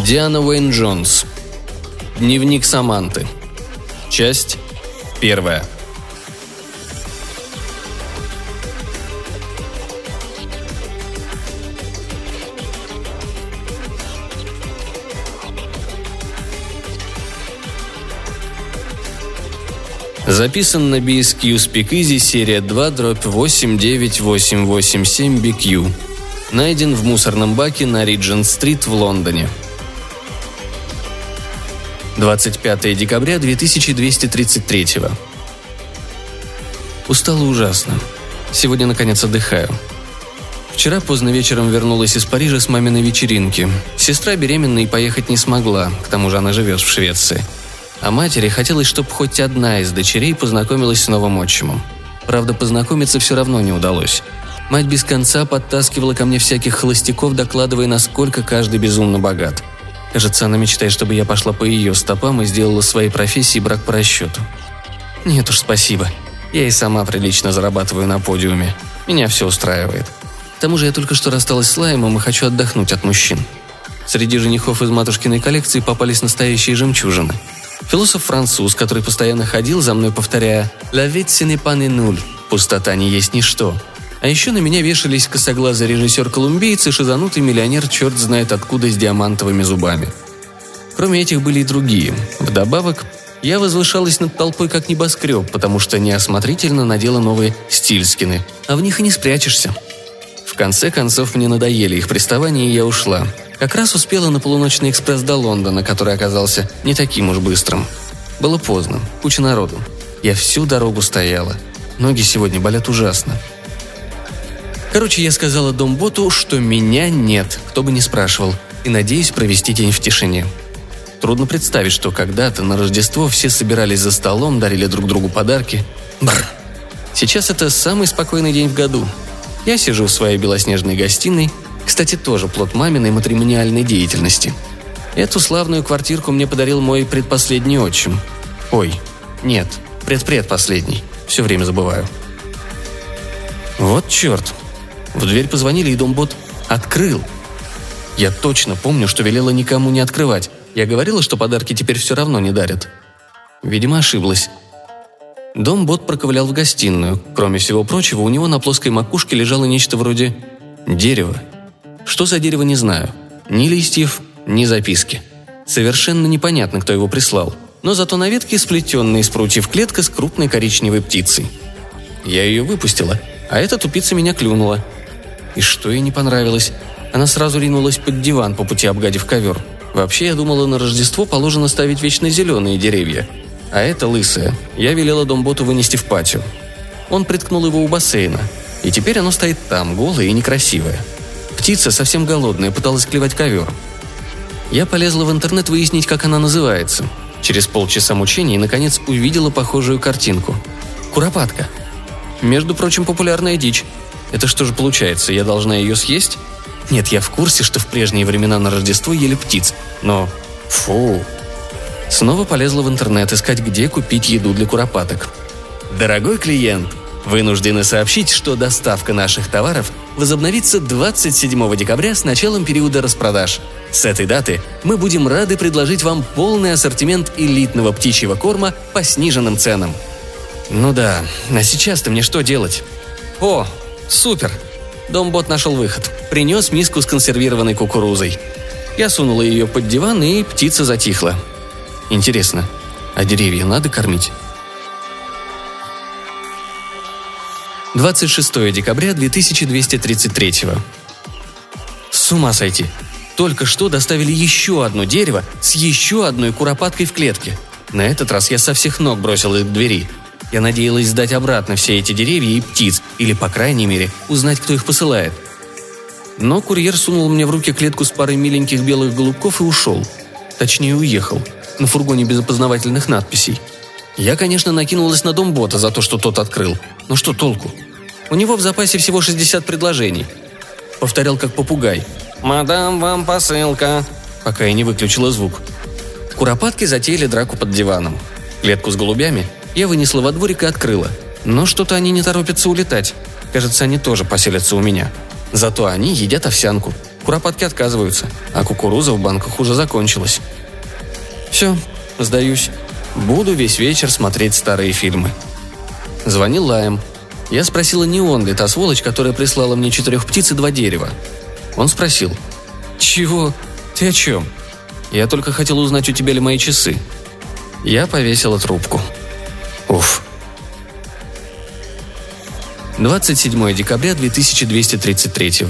Диана Уэйн-Джонс. Дневник Саманты. Часть 1. Записан на BSQ Speakeasy, серия 2/89887 Найден в мусорном баке на Риджент-стрит в Лондоне. 25 декабря 2233. Устала ужасно. Сегодня, наконец, отдыхаю. Вчера поздно вечером вернулась из Парижа с маминой вечеринки. Сестра беременна и поехать не смогла, к тому же она живет в Швеции. А матери хотелось, чтобы хоть одна из дочерей познакомилась с новым отчимом. Правда, познакомиться все равно не удалось. Мать без конца подтаскивала ко мне всяких холостяков, докладывая, насколько каждый безумно богат. Кажется, она мечтает, чтобы я пошла по ее стопам и сделала своей профессии брак по расчету. Нет уж, спасибо. Я и сама прилично зарабатываю на подиуме. Меня все устраивает. К тому же я только что рассталась с Лаймом и хочу отдохнуть от мужчин. Среди женихов из матушкиной коллекции попались настоящие жемчужины. Философ-француз, который постоянно ходил за мной, повторяя «La vie ce n'est pas nul» – «Пустота не есть ничто». А еще на меня вешались косоглазый режиссер-колумбиец и шизанутый миллионер черт знает откуда с диамантовыми зубами. Кроме этих были и другие. Вдобавок, я возвышалась над толпой как небоскреб, потому что неосмотрительно надела новые стильскины, а в них и не спрячешься. В конце концов, мне надоели их приставания, и я ушла. Как раз успела на полуночный экспресс до Лондона, который оказался не таким уж быстрым. Было поздно, куча народу. Я всю дорогу стояла. Ноги сегодня болят ужасно. Короче, я сказала домботу, что меня нет, кто бы ни спрашивал, и надеюсь провести день в тишине. Трудно представить, что когда-то на Рождество все собирались за столом, дарили друг другу подарки. Бррр. Сейчас это самый спокойный день в году. Я сижу в своей белоснежной гостиной, кстати, тоже плод маминой матримониальной деятельности. Эту славную квартирку мне подарил мой предпоследний отчим. Ой, нет, предпредпоследний, все время забываю. Вот черт. В дверь позвонили, и домбот открыл. Я точно помню, что велела никому не открывать. Я говорила, что подарки теперь все равно не дарят. Видимо, ошиблась. Домбот проковылял в гостиную. Кроме всего прочего, у него на плоской макушке лежало нечто вроде дерева. Что за дерево, не знаю. Ни листьев, ни записки. Совершенно непонятно, кто его прислал. Но зато на ветке сплетенная из прутьев клетка с крупной коричневой птицей. Я ее выпустила, а эта тупица меня клюнула. И что ей не понравилось? Она сразу ринулась под диван, по пути обгадив ковер. Вообще, я думала, на Рождество положено ставить вечно зеленые деревья. А это лысое. Я велела домботу вынести в патио. Он приткнул его у бассейна. И теперь оно стоит там, голое и некрасивое. Птица, совсем голодная, пыталась клевать ковер. Я полезла в интернет выяснить, как она называется. Через полчаса мучений, наконец, увидела похожую картинку. Куропатка. Между прочим, популярная дичь. Это что же получается, я должна ее съесть? Нет, я в курсе, что в прежние времена на Рождество ели птиц, но... Фу. Снова полезла в интернет искать, где купить еду для куропаток. Дорогой клиент, вынуждены сообщить, что доставка наших товаров возобновится 27 декабря с началом периода распродаж. С этой даты мы будем рады предложить вам полный ассортимент элитного птичьего корма по сниженным ценам. Ну да, а сейчас-то мне что делать? О, супер! Домбот нашел выход. Принес миску с консервированной кукурузой. Я сунула ее под диван, и птица затихла. Интересно, а деревья надо кормить? 26 декабря 2233. С ума сойти. Только что доставили еще одно дерево с еще одной куропаткой в клетке. На этот раз я со всех ног бросилась к двери. Я надеялась сдать обратно все эти деревья и птиц, или, по крайней мере, узнать, кто их посылает. Но курьер сунул мне в руки клетку с парой миленьких белых голубков и ушел. Точнее, уехал. На фургоне без опознавательных надписей. Я, конечно, накинулась на домбота за то, что тот открыл. Но что толку? У него в запасе всего 60 предложений. Повторял как попугай. «Мадам, вам посылка», пока я не выключила звук. Куропатки затеяли драку под диваном. Клетку с голубями я вынесла во дворик и открыла. Но что-то они не торопятся улетать. Кажется, они тоже поселятся у меня. Зато они едят овсянку. Куропатки отказываются, а кукуруза в банках уже закончилась. Все, сдаюсь. Буду весь вечер смотреть старые фильмы. Звонил Лайм. Я спросила, не он ли та сволочь, которая прислала мне 4 птиц и 2 дерева. Он спросил: «Чего? Ты о чем?» «Я только хотел узнать, у тебя ли мои часы». Я повесила трубку. Уф. 27 декабря 2233.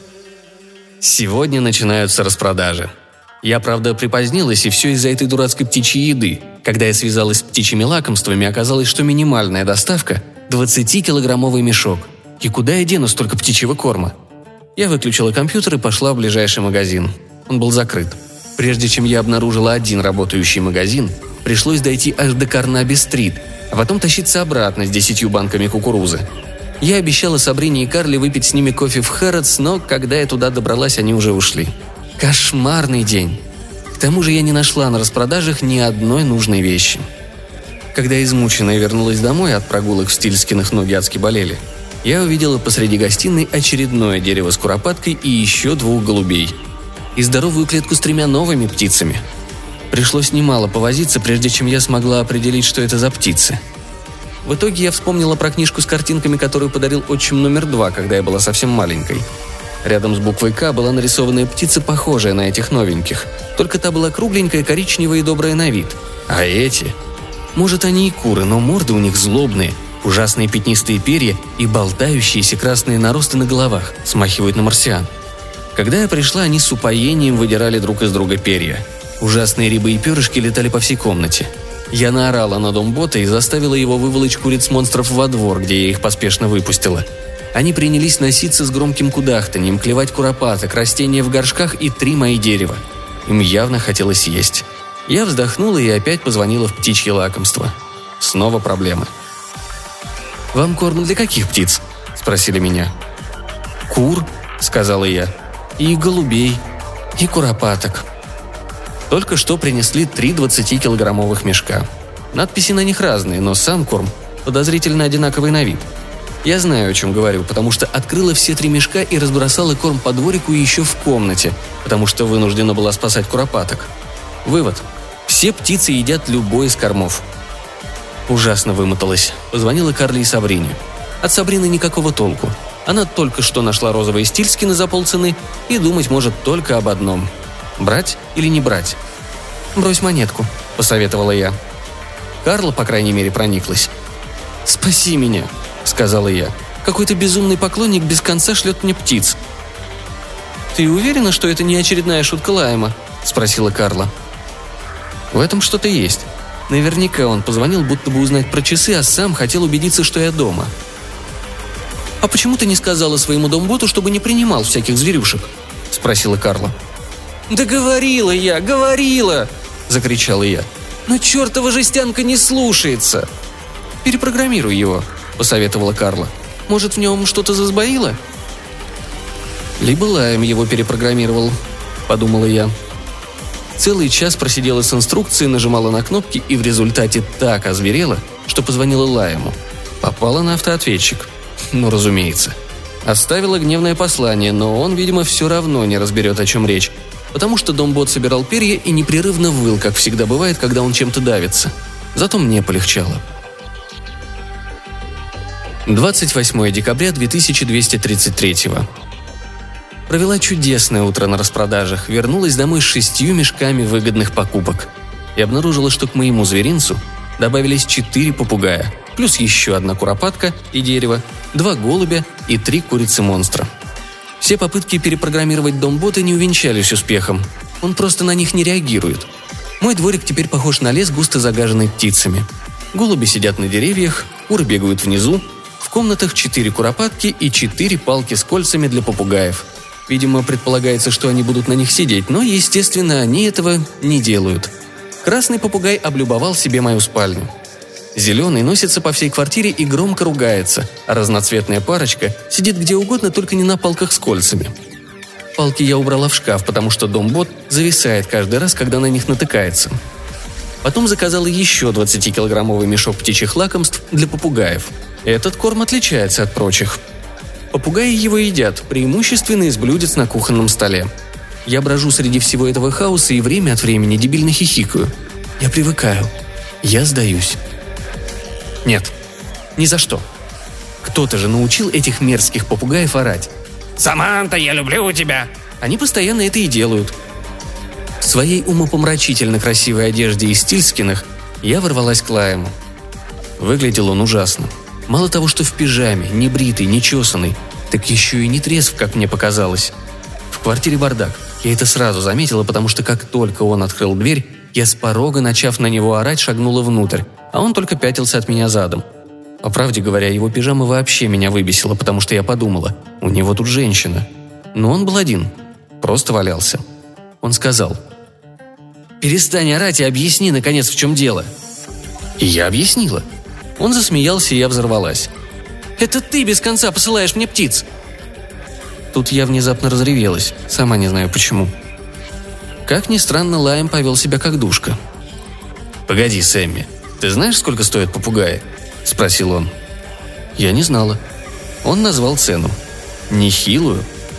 Сегодня начинаются распродажи. Я, правда, припозднилась, и все из-за этой дурацкой птичьей еды. Когда я связалась с птичьими лакомствами, оказалось, что минимальная доставка – 20-килограммовый мешок. И куда я дену столько птичьего корма? Я выключила компьютер и пошла в ближайший магазин. Он был закрыт. Прежде чем я обнаружила один работающий магазин, пришлось дойти аж до Карнаби-стрит, а потом тащиться обратно с 10 банками кукурузы. Я обещала Сабрине и Карле выпить с ними кофе в Хэрротс, но когда я туда добралась, они уже ушли. Кошмарный день. К тому же я не нашла на распродажах ни одной нужной вещи. Когда измученная вернулась домой, от прогулок в Стильскиных ноги адски болели, я увидела посреди гостиной очередное дерево с куропаткой и еще 2 голубей. И здоровую клетку с 3 новыми птицами. Пришлось немало повозиться, прежде чем я смогла определить, что это за птицы. В итоге я вспомнила про книжку с картинками, которую подарил отчим номер 2, когда я была совсем маленькой. Рядом с буквой «К» была нарисованная птица, похожая на этих новеньких. Только та была кругленькая, коричневая и добрая на вид. А эти? Может, они и куры, но морды у них злобные, ужасные пятнистые перья и болтающиеся красные наросты на головах смахивают на марсиан. Когда я пришла, они с упоением выдирали друг из друга перья. Ужасные рябы и перышки летали по всей комнате. Я наорала на домбота и заставила его выволочь куриц-монстров во двор, где я их поспешно выпустила. Они принялись носиться с громким кудахтаньем, клевать куропаток, растения в горшках и 3 мои дерева. Им явно хотелось есть. Я вздохнула и опять позвонила в птичье лакомство. Снова проблемы. «Вам корм для каких птиц?» – спросили меня. «Кур», – сказала я, – «и голубей, и куропаток». Только что принесли 3 20-килограммовых мешка. Надписи на них разные, но сам корм подозрительно одинаковый на вид. Я знаю, о чем говорю, потому что открыла все 3 мешка и разбросала корм по дворику и еще в комнате, потому что вынуждена была спасать куропаток. Вывод. Все птицы едят любой из кормов. Ужасно вымоталась. Позвонила Карле и Сабрине. От Сабрины никакого толку. Она только что нашла розовые Стильскины за полцены и думать может только об одном. Брать или не брать? «Брось монетку», – посоветовала я. Карла, по крайней мере, прониклась. «Спаси меня», – сказала я. «Какой-то безумный поклонник без конца шлет мне птиц». «Ты уверена, что это не очередная шутка Лайма?» – спросила Карла. «В этом что-то есть. Наверняка он позвонил, будто бы узнать про часы, а сам хотел убедиться, что я дома». «А почему ты не сказала своему домботу, чтобы не принимал всяких зверюшек?» – спросила Карла. «Да говорила я, говорила!» – закричала я. «Но чертова жестянка не слушается!» «Перепрограммируй его», – посоветовала Карла. «Может, в нем что-то засбоило?» «Либо Лайм его перепрограммировал», – подумала я. Целый час просидела с инструкцией, нажимала на кнопки и в результате так озверела, что позвонила Лайму. Попала на автоответчик. Ну, разумеется. Оставила гневное послание, но он, видимо, все равно не разберет, о чем речь, потому что домбот собирал перья и непрерывно выл, как всегда бывает, когда он чем-то давится. Зато мне полегчало. 28 декабря 2233. Провела чудесное утро на распродажах, вернулась домой с 6 мешками выгодных покупок. И обнаружила, что к моему зверинцу добавились 4 попугая, плюс еще 1 куропатка и дерево, 2 голубя и 3 курицы-монстра. Все попытки перепрограммировать домбота не увенчались успехом. Он просто на них не реагирует. Мой дворик теперь похож на лес, густо загаженный птицами. Голуби сидят на деревьях, куры бегают внизу. В комнатах 4 куропатки и 4 палки с кольцами для попугаев. Видимо, предполагается, что они будут на них сидеть, но, естественно, они этого не делают. Красный попугай облюбовал себе мою спальню. Зеленый носится по всей квартире и громко ругается, а разноцветная парочка сидит где угодно, только не на палках с кольцами. Палки я убрала в шкаф, потому что домбот зависает каждый раз, когда на них натыкается. Потом заказала еще 20-килограммовый мешок птичьих лакомств для попугаев. Этот корм отличается от прочих. Попугаи его едят, преимущественно из блюдец на кухонном столе. Я брожу среди всего этого хаоса и время от времени дебильно хихикаю. Я привыкаю. Я сдаюсь. Нет, ни за что. Кто-то же научил этих мерзких попугаев орать. «Саманта, я люблю тебя!» Они постоянно это и делают. В своей умопомрачительно красивой одежде из Стильскиных я ворвалась к Лайму. Выглядел он ужасно. Мало того, что в пижаме, не бритый, не чесанный, так еще и не трезв, как мне показалось. В квартире бардак. Я это сразу заметила, потому что как только он открыл дверь, я с порога, начав на него орать, шагнула внутрь, а он только пятился от меня задом. По правде говоря, его пижама вообще меня выбесила, потому что я подумала, у него тут женщина. Но он был один, просто валялся. Он сказал: «Перестань орать и объясни, наконец, в чем дело». И я объяснила. Он засмеялся, и я взорвалась. «Это ты без конца посылаешь мне птиц!» Тут я внезапно разревелась, сама не знаю почему. Как ни странно, Лайм повел себя как душка. «Погоди, Сэмми, ты знаешь, сколько стоят попугаи?» – спросил он. Я не знала. Он назвал цену. Нехилую.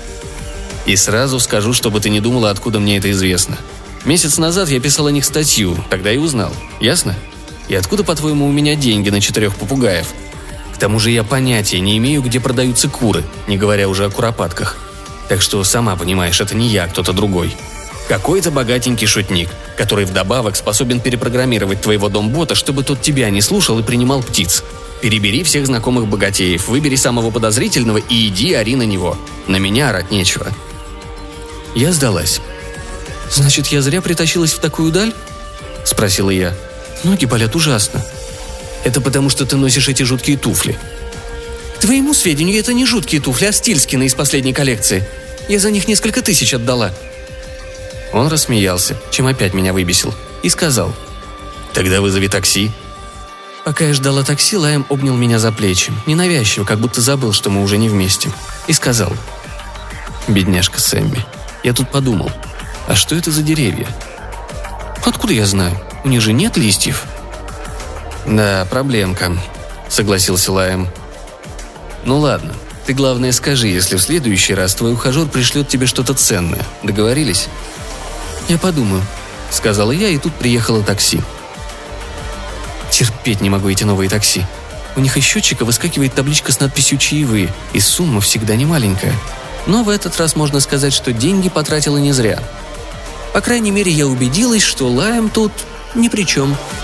И сразу скажу, чтобы ты не думала, откуда мне это известно. Месяц назад я писал о них статью, тогда и узнал. Ясно? И откуда, по-твоему, у меня деньги на 4 попугаев? К тому же я понятия не имею, где продаются куры, не говоря уже о куропатках. Так что, сама понимаешь, это не я, а кто-то другой. Какой-то богатенький шутник, который вдобавок способен перепрограммировать твоего домбота, чтобы тот тебя не слушал и принимал птиц. Перебери всех знакомых богатеев, выбери самого подозрительного и иди ори на него. На меня орать нечего». Я сдалась. «Значит, я зря притащилась в такую даль?» – спросила я. «Ноги болят ужасно». «Это потому, что ты носишь эти жуткие туфли». «К твоему сведению, это не жуткие туфли, а Стильскины из последней коллекции. Я за них несколько тысяч отдала». Он рассмеялся, чем опять меня выбесил, и сказал: «Тогда вызови такси». Пока я ждала такси, Лайм обнял меня за плечи, ненавязчиво, как будто забыл, что мы уже не вместе, и сказал: «Бедняжка Сэмми, я тут подумал, а что это за деревья?» «Откуда я знаю? У них же нет листьев». «Да, проблемка», — согласился Лайм. «Ну ладно, ты главное скажи, если в следующий раз твой ухажер пришлет тебе что-то ценное. Договорились?» «Я подумаю», — сказала я, и тут приехало такси. Терпеть не могу эти новые такси. У них из счетчика выскакивает табличка с надписью «Чаевые», и сумма всегда не маленькая. Но в этот раз можно сказать, что деньги потратила не зря. По крайней мере, я убедилась, что Лайм тут ни при чем.